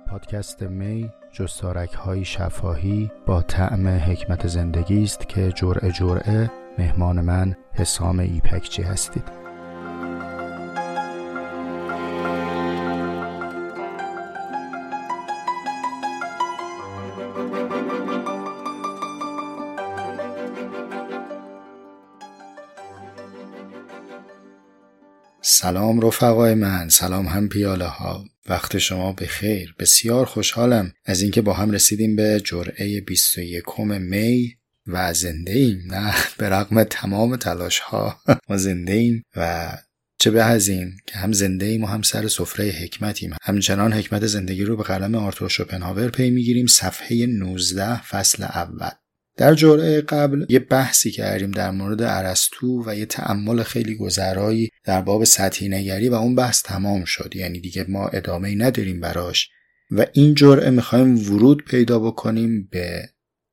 پادکست می جستارک‌های شفاهی با طعم حکمت زندگی است که جرعه جرعه مهمان من حسام ایپکچی هستید. سلام رفقای من، سلام هم پیاله ها، وقت شما بخیر. بسیار خوشحالم از اینکه با هم رسیدیم به جرعه 21 می و زنده ایم. نه، به رغم تمام تلاش ها ما زنده ایم و چه به از این که هم زنده ایم و هم سر سفره حکمتیم. همچنان حکمت زندگی رو به قلم آرتور شوپنهاور پی میگیریم. صفحه 19 فصل اول. در جرعه قبل یه بحثی کردیم در مورد ارسطو و یه تأمل خیلی گذرایی در باب سطحی نگری و اون بحث تمام شد، یعنی دیگه ما ادامه‌ای نداریم براش و این جرعه میخوایم ورود پیدا بکنیم به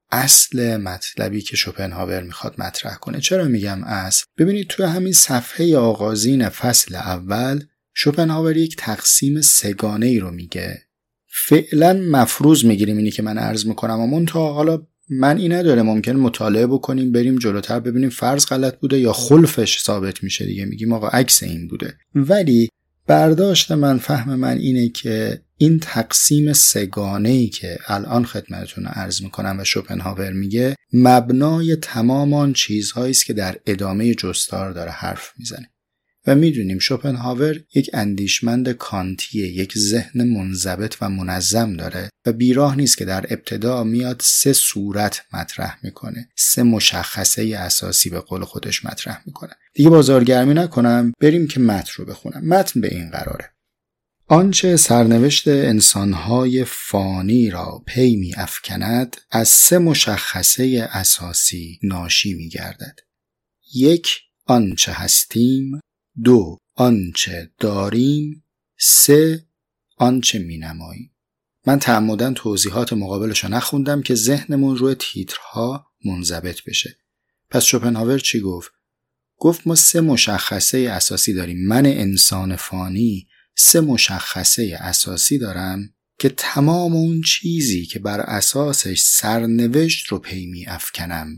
اصل مطلبی که شوپنهاور میخواد مطرح کنه. چرا میگم اصل؟ ببینید توی همین صفحه آغازین فصل اول شوپنهاور یک تقسیم سه‌گانه‌ای رو میگه. فعلا مفروض میگیریم اینی که من عرض میکنم، اما تا حالا معنی نداره، ممکن مطالعه بکنیم بریم جلوتر ببینیم فرض غلط بوده یا خلفش ثابت میشه دیگه، میگیم آقا عکس این بوده. ولی برداشت من، فهم من اینه که این تقسیم سه‌گانه‌ای که الان خدمتتون عرض میکنم و شوپنهاور میگه مبنای تمام آن چیزهایی است که در ادامه جستار داره حرف میزنه. و میدونیم شوپنهاور یک اندیشمند کانتیه، یک ذهن منضبط و منظم داره و بیراه نیست که در ابتدا میاد 3 صورت مطرح میکنه، 3 مشخصه اساسی به قول خودش مطرح میکنه. دیگه بازارگرمی نکنم، بریم که متن رو بخونم. متن به این قراره: آنچه سرنوشت انسانهای فانی را پی می افکند از 3 مشخصه اساسی ناشی می گردد. 1. آنچه هستیم. 2. آنچه داریم. 3. آنچه می نماییم. من تعمداً توضیحات مقابلش رو نخوندم که ذهنمون روی تیترها منضبط بشه. پس شوپنهاور چی گفت؟ گفت ما 3 مشخصه اساسی داریم. من انسان فانی 3 مشخصه اساسی دارم که تمام اون چیزی که بر اساسش سرنوشت رو پی می افکنم،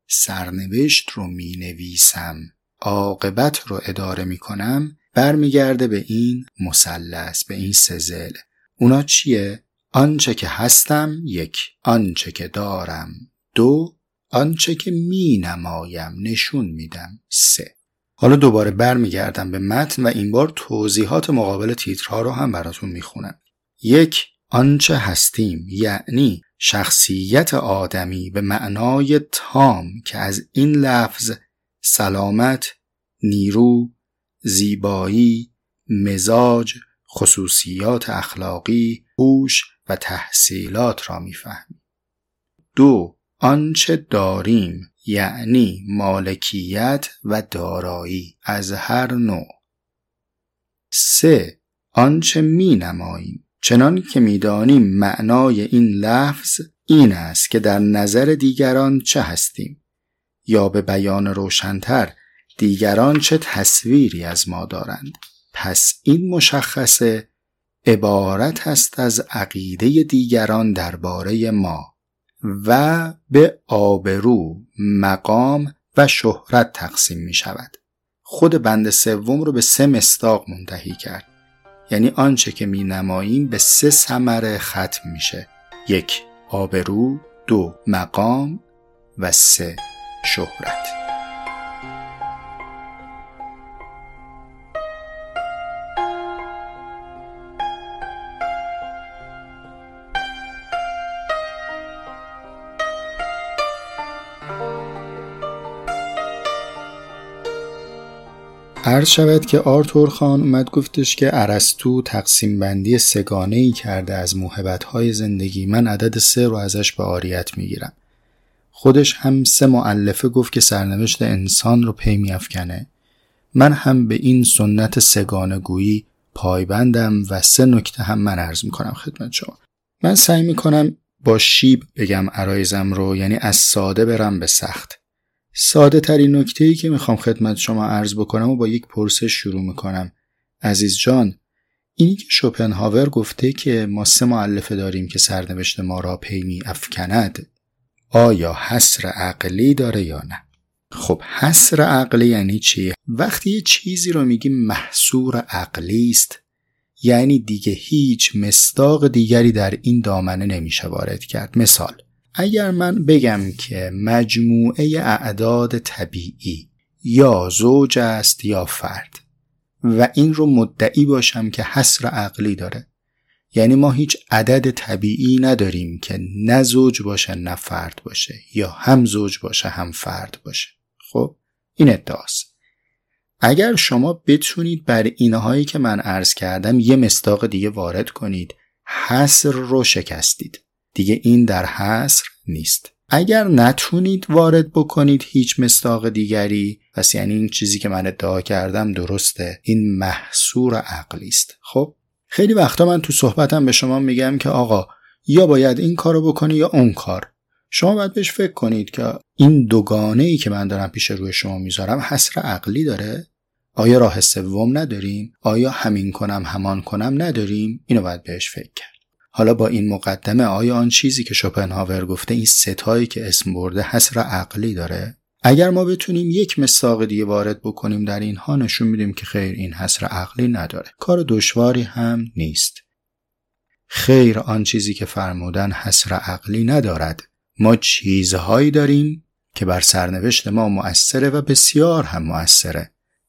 سرنوشت رو می نویسم، عاقبت رو اداره می کنم، برمیگرده به این مثلث، به این 3 ضلع. اونا چیه؟ آنچه که هستم 1، آنچه که دارم 2، آنچه که می نمایم، نشون میدم 3. حالا دوباره برمیگردم به متن و این بار توضیحات مقابل تیترها رو هم براتون میخونم. 1. آنچه هستیم یعنی شخصیت آدمی به معنای تام که از این لفظ سلامت، نیرو، زیبایی، مزاج، خصوصیات اخلاقی، هوش و تحصیلات را میفهمیم. 2. آنچه داریم یعنی مالکیت و دارایی از هر نوع. 3. آنچه می نماییم چنان که می دانیم معنای این لفظ این است که در نظر دیگران چه هستیم، یا به بیان روشن‌تر دیگران چه تصویری از ما دارند. پس این مشخصه عبارت است از عقیده دیگران درباره ما و به آبرو، مقام و شهرت تقسیم می شود. خود بند 3 رو به 3 مصداق منتهی کرد، یعنی آنچه که می نماییم به 3 ثمره ختم میشه: 1. آبرو، 2. مقام و 3. شهرت. عرض شود که آرتور خان اومد گفتش که ارسطو تقسیم بندی 3گانه‌ای کرده از موهبت‌های زندگی. من عدد 3 رو ازش به عاریت میگیرم. خودش هم 3 مؤلفه گفت که سرنوشت انسان رو پی می‌افکنه. من هم به این سنت 3گانه گویی پایبندم و 3 نکته هم من عرض می‌کنم خدمت شما. من سعی می‌کنم با شیب بگم عرایزم رو، یعنی از ساده برم به سخت. ساده ترین نکته‌ای که میخوام خدمت شما عرض بکنم و با یک پرسش شروع میکنم. عزیز جان، اینی که شوپنهاور گفته که ما 3 مؤلفه داریم که سرنوشت ما را پی می افکند، آیا حصر عقلی داره یا نه؟ خب حصر عقلی یعنی چی؟ وقتی یه چیزی رو میگیم محصور عقلی است، یعنی دیگه هیچ مصداق دیگری در این دامنه نمیشه وارد کرد. مثال، اگر من بگم که مجموعه اعداد طبیعی یا زوج است یا فرد و این رو مدعی باشم که حصر عقلی داره، یعنی ما هیچ عدد طبیعی نداریم که نه زوج باشه نه فرد باشه، یا هم زوج باشه هم فرد باشه. خب این ادعاست. اگر شما بتونید بر اینهایی که من عرض کردم یه مصداق دیگه وارد کنید، حصر رو شکستید. دیگه این در حصر نیست. اگر نتونید وارد بکنید هیچ مصداق دیگری، پس یعنی این چیزی که من ادعا کردم درسته، این محصور عقلی است. خب خیلی وقتا من تو صحبتم به شما میگم که آقا یا باید این کارو بکنی یا اون کار. شما باید بهش فکر کنید که این دوگانه‌ای که من دارم پیش روی شما میذارم حصر عقلی داره؟ آیا راه سوم نداریم؟ آیا همین کنم همان کنم نداریم؟ اینو باید بهش فکر کرد. حالا با این مقدمه آیا آن چیزی که شوپنهاور گفته این 3 تایی که اسم برده حصر عقلی داره؟ اگر ما بتونیم یک مصداق دیگه وارد بکنیم در اینها، نشون میدیم که خیر این حصر عقلی نداره. کار دشواری هم نیست. خیر آن چیزی که فرمودن حصر عقلی ندارد. ما چیزهایی داریم که بر سرنوشت ما مؤثره و بسیار هم مؤثره.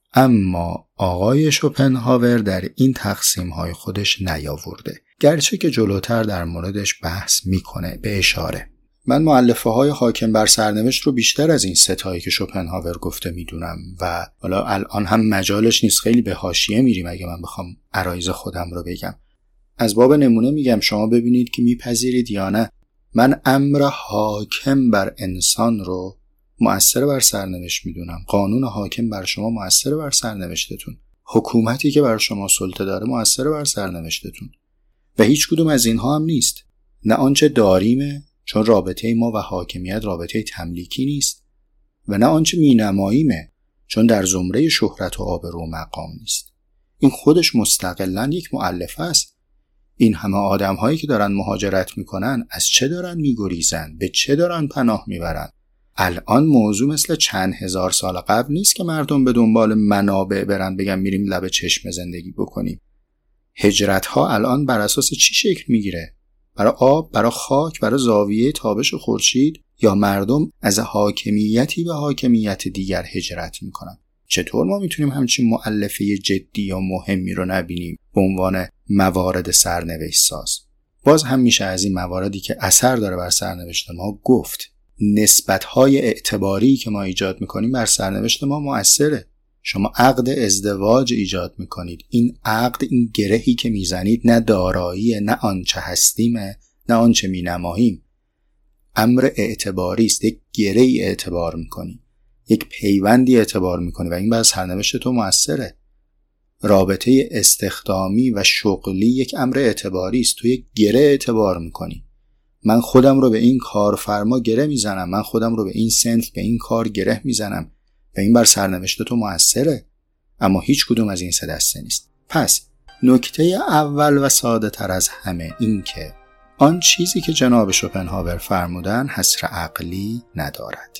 اما آقای شوپنهاور در این تقسیم‌های خودش نیاورده، گرچه که جلوتر در موردش بحث میکنه به اشاره. من مؤلفه‌های حاکم بر سرنوشت رو بیشتر از این 3 تایی که شوپنهاور گفته میدونم و حالا الان هم مجالش نیست، خیلی به حاشیه میریم اگه من بخوام عرایض خودم رو بگم. از باب نمونه میگم، شما ببینید که میپذیرید یا نه. من امر حاکم بر انسان رو مؤثر بر سرنوشت میدونم. قانون حاکم بر شما مؤثر بر سرنوشتتون. حکومتی که بر شما سلطه داره مؤثر بر سرنوشتتون. و هیچ کدوم از اینها هم نیست. نه آنچه داریمه، چون رابطه ما و حاکمیت رابطه تملیکی نیست، و نه آنچه مینماییمه، چون در زمره شهرت و آبرو و مقام نیست. این خودش مستقلاً یک مؤلفه است. این همه آدم هایی که دارن مهاجرت میکنن از چه دارن میگریزن؟ به چه دارن پناه میبرن؟ الان موضوع مثل چند هزار سال قبل نیست که مردم به دنبال منابع برن بگن میریم لب چشم زندگی بکنیم. هجرت ها الان بر اساس چی شکل میگیره؟ برای آب، برای خاک، برای زاویه تابش خورشید، یا مردم از حاکمیتی به حاکمیت دیگر هجرت میکنن؟ چطور ما میتونیم همچین مؤلفه جدی یا مهمی رو نبینیم به عنوان موارد سرنوشت ساز؟ باز هم میشه از این مواردی که اثر داره بر سرنوشت ما گفت. نسبت‌های اعتباری که ما ایجاد میکنیم بر سرنوشت ما مؤثره. شما عقد ازدواج ایجاد میکنید. این عقد، این گرهی که میزنید، نه داراییه، نه آنچه هستیمه، نه آنچه مینماییم. امر اعتباری است. یک گرهی اعتبار میکنی، یک پیوندی اعتبار میکنی و این بر سرنوشت تو مؤثره. رابطه استخدامی و شغلی یک امر اعتباری است. تو یک گره اعتبار میکنی. من خودم رو به این کارفرما گره میزنم، من خودم رو به این صنف، به این کار گره میزنم و این بر سرنوشت تو مؤثره. اما هیچ کدوم از این 3 دسته نیست. پس نکته اول و ساده تر از همه این که آن چیزی که جناب شوپنهاور فرمودن حصر عقلی ندارد.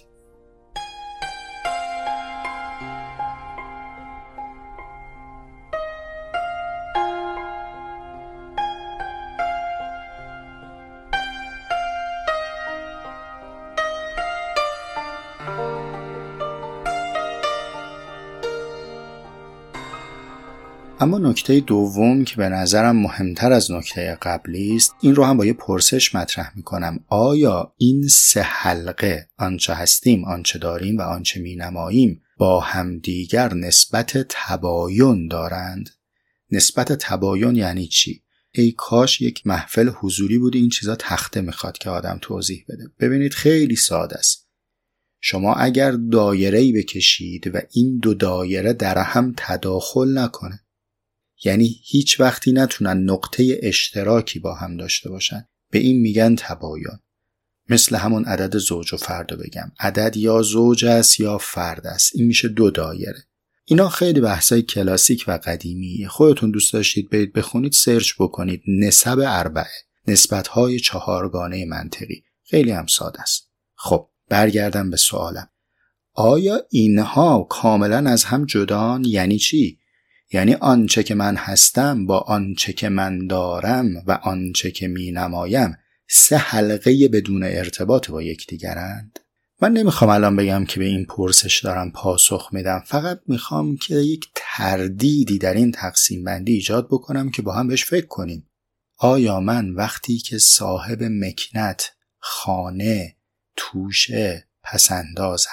اما نکته دوم که به نظرم مهمتر از نکته قبلی است، این رو هم با یه پرسش مطرح میکنم. آیا این 3 حلقه، آنچه هستیم، آنچه داریم و آنچه مینماییم، با همدیگر نسبت تباین دارند؟ نسبت تباین یعنی چی؟ ای کاش یک محفل حضوری بود این چیزا تخته میخواد که آدم توضیح بده. ببینید خیلی ساده است. شما اگر دایره‌ای بکشید و این 2 دایره در هم تداخل نکنه، یعنی هیچ وقتی نتونن نقطه اشتراکی با هم داشته باشن، به این میگن تباین. مثل همون عدد زوج و فرد رو بگم. عدد یا زوج است یا فرد است. این میشه 2 دایره. اینا خیلی بحثای کلاسیک و قدیمیه. خودتون دوست داشتید برید بخونید، سرچ بکنید. نسب اربعه، نسبت‌های چهارگانه منطقی، خیلی هم ساده است. خب برگردم به سوالم. آیا اینها کاملا از هم جدان؟ یعنی چی؟ یعنی آنچه که من هستم با آنچه که من دارم و آنچه که می نمایم 3 حلقه بدون ارتباط با یکدیگرند؟ من نمیخوام الان بگم که به این پرسش دارم پاسخ میدم، فقط میخوام که یک تردیدی در این تقسیم بندی ایجاد بکنم که با هم بهش فکر کنیم. آیا من وقتی که صاحب مکنت، خانه، توشه، پسنداز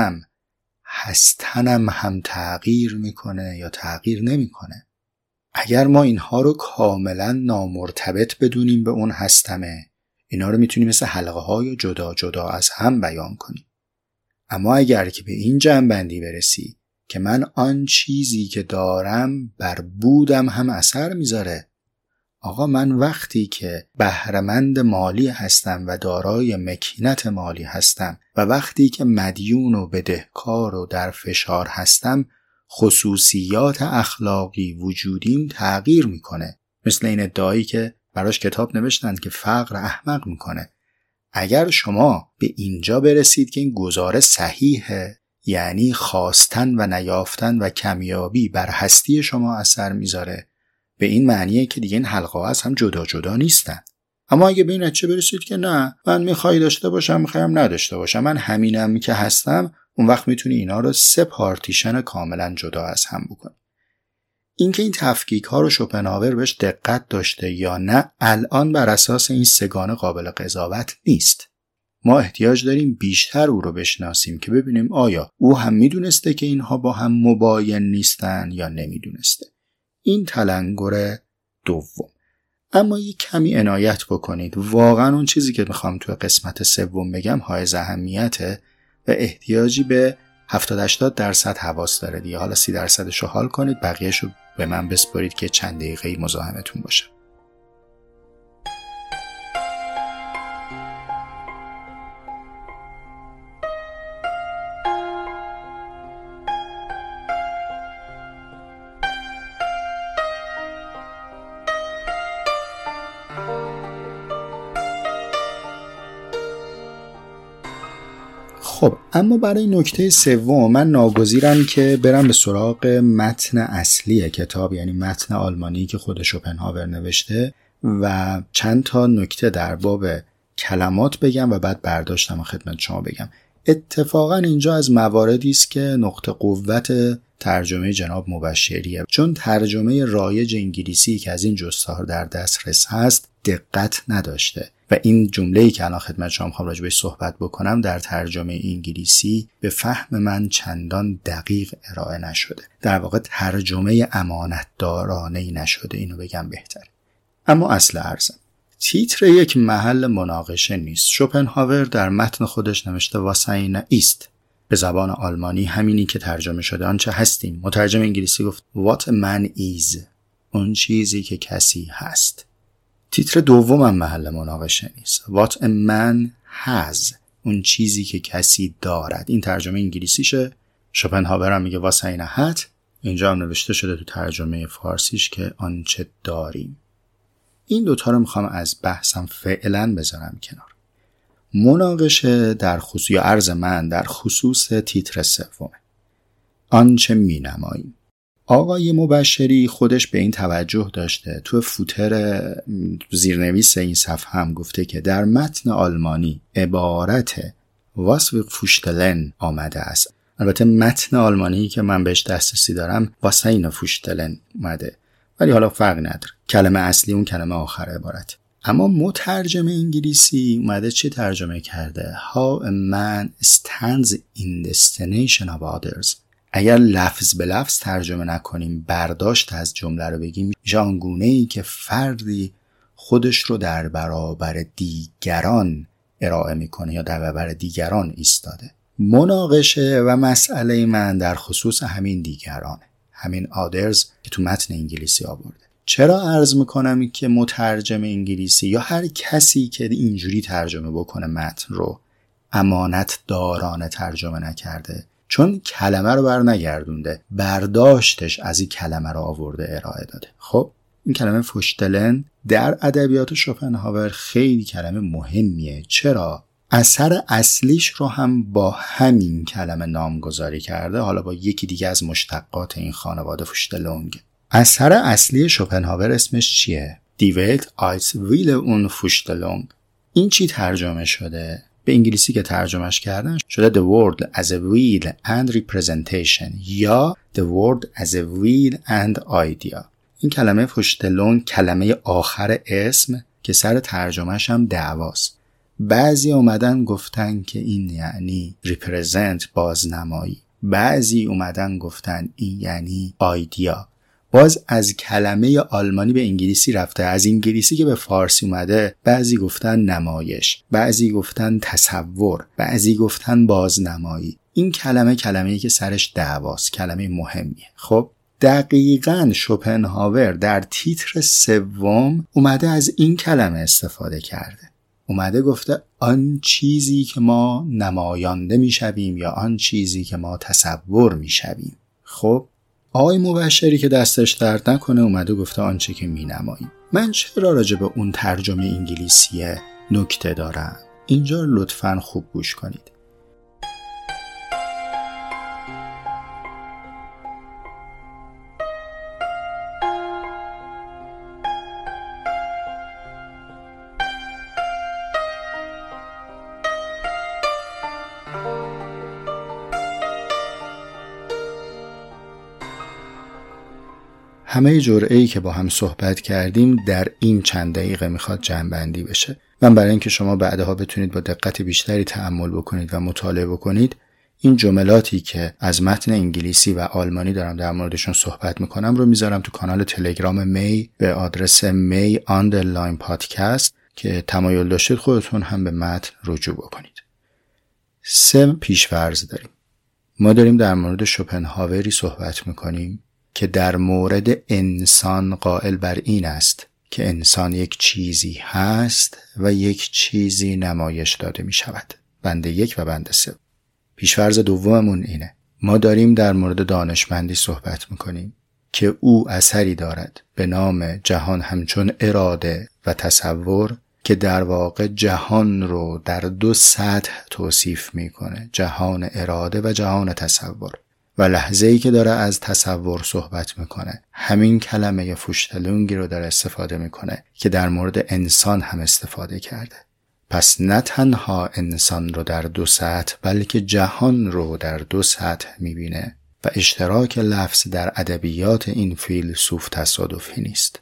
هستنم هم تغییر میکنه یا تغییر نمیکنه؟ اگر ما اینها رو کاملا نامرتبط بدونیم به اون هستمه، اینا رو میتونیم مثل حلقه های جدا جدا از هم بیان کنیم. اما اگر که به این جنبندی برسی که من آن چیزی که دارم بر بودم هم اثر میذاره، آقا من وقتی که بهره‌مند مالی هستم و دارای مکنت مالی هستم و وقتی که مدیون و بدهکار و در فشار هستم، خصوصیات اخلاقی وجودیم تغییر میکنه. مثل این ادعایی که براش کتاب نوشتن که فقر احمق میکنه. اگر شما به اینجا برسید که این گزاره صحیحه، یعنی خواستن و نیافتن و کمیابی بر هستی شما اثر میذاره، به این معنیه که دیگه این حلقه ها از هم جدا جدا نیستن. اما اگه به این نتیجه برسید که نه، من میخوای داشته باشم، میخوایم نداشته باشم، من همینم که هستم، اون وقت میتونی اینا رو 3 پارتیشن کاملا جدا از هم بکنی. اینکه این تفکیک ها رو شوپنهاور بهش دقت داشته یا نه، الان بر اساس این 3 گانه قابل قضاوت نیست. ما احتیاج داریم بیشتر او رو بشناسیم که ببینیم آیا او هم میدونسته که اینها با هم مباین نیستن یا نمیدونسته. این تلنگر دوم. اما یک کمی عنایت بکنید، واقعا اون چیزی که میخوام توی قسمت 3 بگم حائز اهمیته و احتیاجی به 70-80% حواس داره دیگه. حالا 30% رو حال کنید، بقیه‌شو به من بسپارید که چند دقیقه‌ای مزاحمتون باشه. خب اما برای نکته 3 من ناگزیرم که برم به سراغ متن اصلی کتاب، یعنی متن آلمانی که خود شوپنهاور نوشته و چند تا نکته در باب کلمات بگم و بعد برداشتم و خدمت شما بگم. اتفاقا اینجا از مواردی است که نقطه قوت ترجمه جناب مبشریه، چون ترجمه رایج انگلیسی که از این جستار در دسترس هست دقت نداشته و این جمله‌ای که الان خدمت شما می‌خوام راجع بهش صحبت بکنم در ترجمه انگلیسی به فهم من چندان دقیق ارائه نشده. در واقع ترجمه امانتدارانه‌ای نشده، اینو بگم بهتر. اما اصل عرضم، تیتر یک محل مناقشه نیست. شوپنهاور در متن خودش نوشته واساین ایست، به زبان آلمانی همینی که ترجمه شده آنچه هستیم. مترجم انگلیسی گفت what a man is، اون چیزی که کسی هست. تیتر دومم محل مناقشه نیست. what a man has، اون چیزی که کسی دارد. این ترجمه انگلیسیشه. شوپنهاور هم میگه واساین هت، اینجا هم نوشته شده تو ترجمه فارسیش که آنچه داریم. این دوتا رو میخوام از بحثم فعلا بذارم کنار. مناقشه در خصوص یا عرض من در خصوص تیتر 3 آنچه می نماییم. آقای مبشری خودش به این توجه داشته، تو فوتر زیرنویس این صفحه هم گفته که در متن آلمانی عبارت was wir vorstellen آمده است. البته متن آلمانی که من بهش دسترسی دارم واساین vorstellen اومده، ولی حالا فرق نداره، کلمه اصلی اون کلمه آخر عبارت. اما مترجم انگلیسی اومده چی ترجمه کرده؟ How a man stands in destination of others. اگر لفظ به لفظ ترجمه نکنیم، برداشت از جمله رو بگیم، میشه آنگونه‌ای که فردی خودش رو در برابر دیگران ارائه میکنه یا در برابر دیگران ایستاده. مناقشه و مسئله من در خصوص همین دیگرانه، همین others که تو متن انگلیسی آورده. چرا عرض میکنم که مترجم انگلیسی یا هر کسی که اینجوری ترجمه بکنه متن رو امانت دارانه ترجمه نکرده؟ چون کلمه رو بر نگردونده، برداشتش از این کلمه رو آورده ارائه داده. خب این کلمه فشتلن در ادبیات شوپنهاور خیلی کلمه مهمیه. چرا؟ اثر اصلیش رو هم با همین کلمه نامگذاری کرده، حالا با یکی دیگه از مشتقات این خانواده فشتلونگ. اثر اصلی شوپنهاور اسمش چیه؟ Die Welt als Wille und Vorstellung. این چی ترجمه شده؟ به انگلیسی که ترجمهش کردن شده The world as a will and representation یا The world as a will and idea. این کلمه فشتلون کلمه آخر اسم که سر ترجمهش هم دعواست. بعضی اومدن گفتن که این یعنی represent بازنمایی، بعضی اومدن گفتن این یعنی idea. باز از کلمه آلمانی به انگلیسی رفته، از انگلیسی که به فارسی اومده بعضی گفتن نمایش، بعضی گفتن تصور، بعضی گفتن بازنمایی. این کلمه‌ای که سرش دعواست، کلمه مهمیه. خب دقیقاً شوپنهاور در تیتر سوم اومده از این کلمه استفاده کرده. اومده گفته آن چیزی که ما نمایانده میشویم یا آن چیزی که ما تصور میشویم. خب آقای مبشری که دستش درد نکنه اومده گفته آنچه که مینماییم. من چرا راجع به اون ترجمه انگلیسیه نکته دارم؟ اینجا لطفاً خوب گوش کنید. همه جرعه‌ای که با هم صحبت کردیم در این چند دقیقه میخواد جمع‌بندی بشه. من برای اینکه شما بعدها بتونید با دقت بیشتری تأمل بکنید و مطالعه بکنید، این جملاتی که از متن انگلیسی و آلمانی دارم در موردشون صحبت میکنم رو میذارم تو کانال تلگرام می به آدرس may_podcast که تمایل داشتید خودتون هم به متن رجوع بکنید. 3 پیش‌فرض داریم. ما داریم در مورد شوپنهاوری صحبت میکنیم که در مورد انسان قائل بر این است که انسان یک چیزی هست و یک چیزی نمایش داده می شود. بند 1 و بند 3. پیشفرض دوممون اینه. ما داریم در مورد دانشمندی صحبت می کنیم که او اثری دارد به نام جهان همچون اراده و تصور که در واقع جهان رو در 2 سطح توصیف می کنه. جهان اراده و جهان تصور. و لحظه‌ای که داره از تصور صحبت میکنه همین کلمه فشتلونگی رو داره استفاده میکنه که در مورد انسان هم استفاده کرده. پس نه تنها انسان رو در 2 سطح بلکه جهان رو در 2 سطح میبینه و اشتراک لفظ در ادبیات این فیلسوف تصادفی نیست.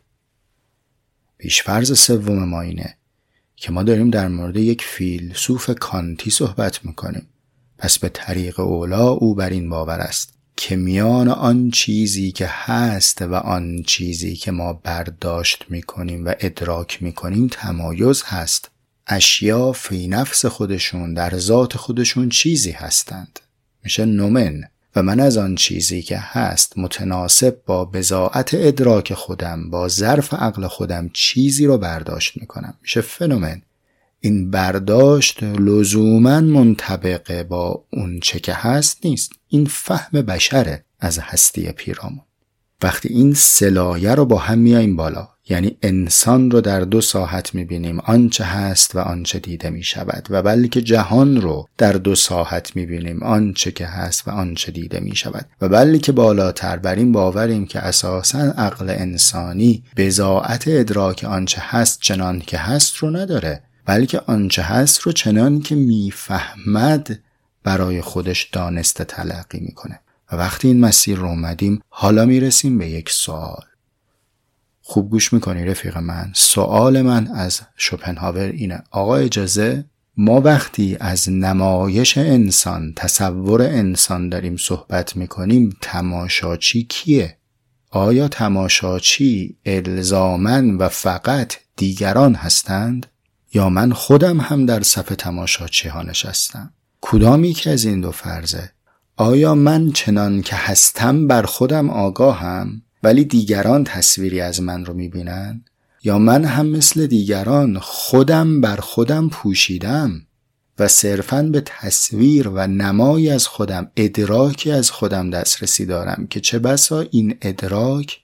پیشفرض سوم ما اینه که ما داریم در مورد یک فیلسوف کانتی صحبت میکنیم. پس به طریق اولا او بر این باور است که میان آن چیزی که هست و آن چیزی که ما برداشت میکنیم و ادراک میکنیم تمایز هست. اشیا فی نفس خودشون در ذات خودشون چیزی هستند، میشه نومن، و من از آن چیزی که هست متناسب با بضاعت ادراک خودم، با ظرف عقل خودم چیزی رو برداشت میکنم، میشه فنومن. این برداشت لزوماً منطبق با اون چه که هست نیست. این فهم بشره از هستی پیرامون. وقتی این 3 لایه رو با هم میاییم بالا، یعنی انسان رو در 2 ساحت میبینیم، آنچه هست و آنچه دیده میشود، و بلکه جهان رو در 2 ساحت میبینیم، آنچه که هست و آنچه دیده میشود، و بلکه بالاتر بر این باوریم که اساساً عقل انسانی بضاعت ادراک آنچه هست چنان که هست رو نداره، بلکه آنچه هست رو چنان که میفهمد برای خودش دانسته تلقی میکنه. و وقتی این مسیر رو اومدیم حالا میرسیم به یک سوال. خوب گوش میکنی رفیق من؟ سوال من از شوپنهاور اینه: آقا اجازه، ما وقتی از نمایش انسان، تصور انسان داریم صحبت میکنیم، تماشاچی کیه؟ آیا تماشاچی الزاماً و فقط دیگران هستند؟ یا من خودم هم در صف تماشاچی ها نشستم؟ کدامی که از این 2 فرضه؟ آیا من چنان که هستم بر خودم آگاهم ولی دیگران تصویری از من رو میبینن؟ یا من هم مثل دیگران خودم بر خودم پوشیدم؟ و صرفاً به تصویر و نمایی از خودم، ادراکی از خودم دسترسی دارم که چه بسا این ادراک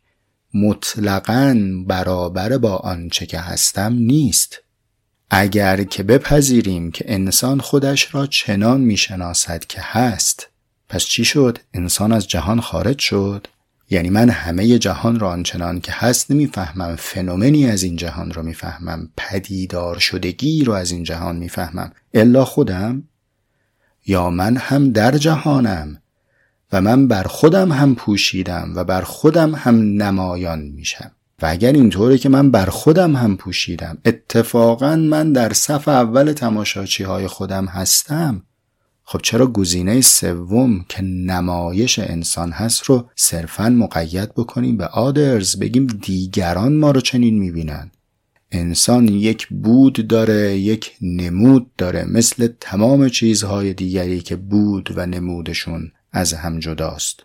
مطلقاً برابر با آنچه که هستم نیست. اگر که بپذیریم که انسان خودش را چنان میشناسد که هست، پس چی شد؟ انسان از جهان خارج شد؟ یعنی من همه جهان را آنچنان که هست نمیفهمم، فنومنی از این جهان را میفهمم، پدیدار شدگی را از این جهان میفهمم، الا خودم؟ یا من هم در جهانم و من بر خودم هم پوشیدم و بر خودم هم نمایان میشم؟ و اگر اینطوره که من بر خودم هم پوشیدم، اتفاقا من در صف اول تماشاچی های خودم هستم، خب چرا گزینه سوم که نمایش انسان هست رو صرفاً مقید بکنیم به آدرز، بگیم دیگران ما رو چنین میبینن؟ انسان یک بود داره، یک نمود داره، مثل تمام چیزهای دیگری که بود و نمودشون از هم جداست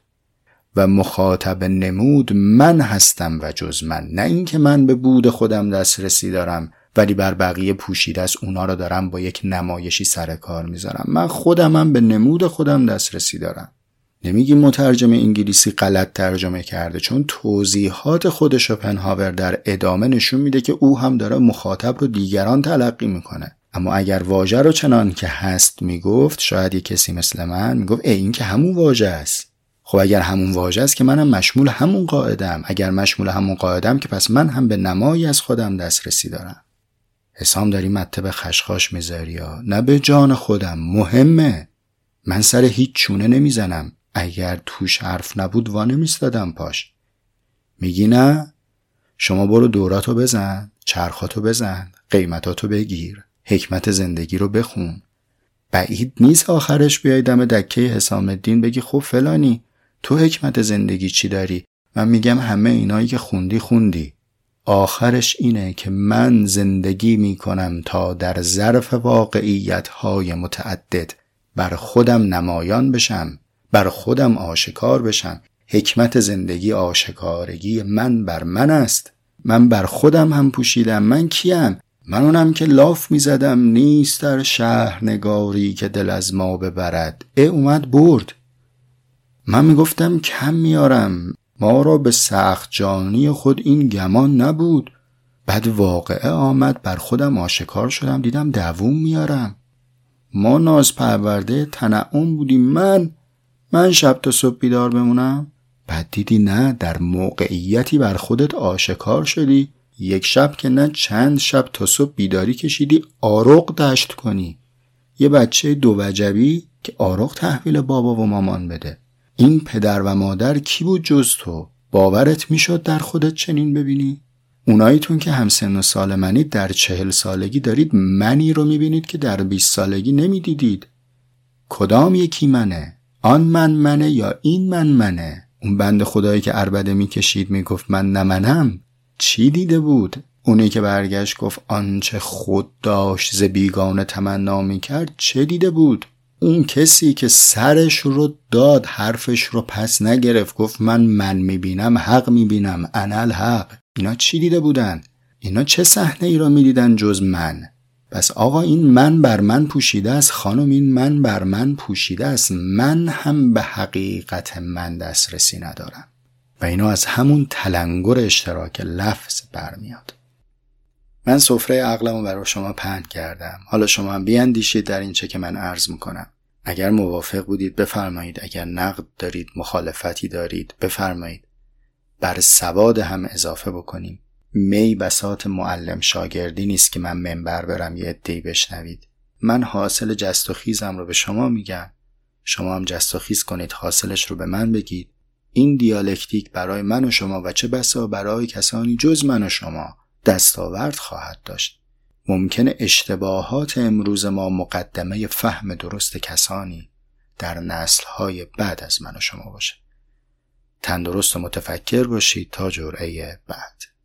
و مخاطب نمود من هستم و جز من، نه اینکه من به بود خودم دسترسی دارم ولی بر بقیه پوشیده است، اونا رو دارم با یک نمایشی سر کار میذارم. من خودمم به نمود خودم دسترسی دارم. نمیگیم مترجم انگلیسی غلط ترجمه کرده، چون توضیحات خود شوپنهاور در ادامه نشون میده که او هم داره مخاطب رو دیگران تلقی میکنه. اما اگر واژه رو چنان که هست میگفت، شاید یک کسی مثل من میگفت این که همون واژه است. خب اگر همون واژه است که منم مشمول همون قاعده‌ام، اگر مشمول همون قاعده‌ام که پس من هم به نمایی از خودم دسترسی دارم. حسام داری مته به خشخاش میذاری یا نه؟ به جان خودم مهمه. من سر هیچ چونه نمیزنم، اگر توش حرف نبود وا نمیستادم پاش. میگی نه؟ شما برو دوراتو بزن، چرخاتو بزن، قیمتاتو بگیر، حکمت زندگی رو بخون. بعید نیست آخرش بیای دم دکه حسام الدین بگی خب فلانی تو حکمت زندگی چی داری؟ من میگم همه اینایی که خوندی. آخرش اینه که من زندگی میکنم تا در ظرف واقعیت‌های متعدد بر خودم نمایان بشم، بر خودم آشکار بشم. حکمت زندگی آشکارگی من بر من است. من بر خودم هم پوشیدم. من کیم؟ من اونم که لاف میزدم نیست در شهر نگاری که دل از ما ببرد. اومد برد. من میگفتم کم میارم، ما را به سخت جانی خود این گمان نبود. بعد واقعه آمد، بر خودم آشکار شدم، دیدم دووم میارم. ما ناز پرورده تنعم بودیم. من شب تا صبح بیدار بمونم. بعد دیدی نه، در موقعیتی بر خودت آشکار شدی. یک شب که نه، چند شب تا صبح بیداری کشیدی آرق دشت کنی. یه بچه 2 وجبی که آرق تحویل بابا و مامان بده. این پدر و مادر کی بود جز تو؟ باورت میشد در خودت چنین ببینی؟ اوناییتون که همسن و سال منید در 40 سالگی دارید منی رو میبینید که در 20 سالگی نمیدیدید. کدام یکی منه؟ آن منه یا این منه؟ اون بند خدایی که عربده میکشید میگفت من نمنم، چی دیده بود؟ اونی که برگشت گفت آنچه خود داشت ز بیگانه تمنا میکرد چه دیده بود؟ اون کسی که سرش رو داد، حرفش رو پس نگرفت، گفت من میبینم، حق میبینم، انا الحق. اینا چی دیده بودن؟ اینا چه صحنه ای رو میدیدن جز من؟ پس آقا این من بر من پوشیده است، خانم این من بر من پوشیده است. من هم به حقیقت من دسترسی ندارم و اینا از همون تلنگر اشتراک لفظ برمیاد. من سفره عقلمو برای شما پهن کردم. حالا شما هم بیاندیشید در این چه که من عرض میکنم. اگر موافق بودید بفرمایید، اگر نقد دارید، مخالفتی دارید بفرمایید. بر سواد هم اضافه بکنیم. می بساط معلم شاگردی نیست که من منبر برم یه عده‌ای بشنوید. من حاصل جست و خیزم رو به شما میگم، شما هم جست و خیز کنید، حاصلش رو به من بگید. این دیالکتیک برای من و شما و چه بسا برای کسانی جز من و شما دستاورد خواهد داشت. ممکنه اشتباهات امروز ما مقدمه فهم درست کسانی در نسل‌های بعد از من و شما باشه. تندرست و متفکر باشید تا جرعه بعد.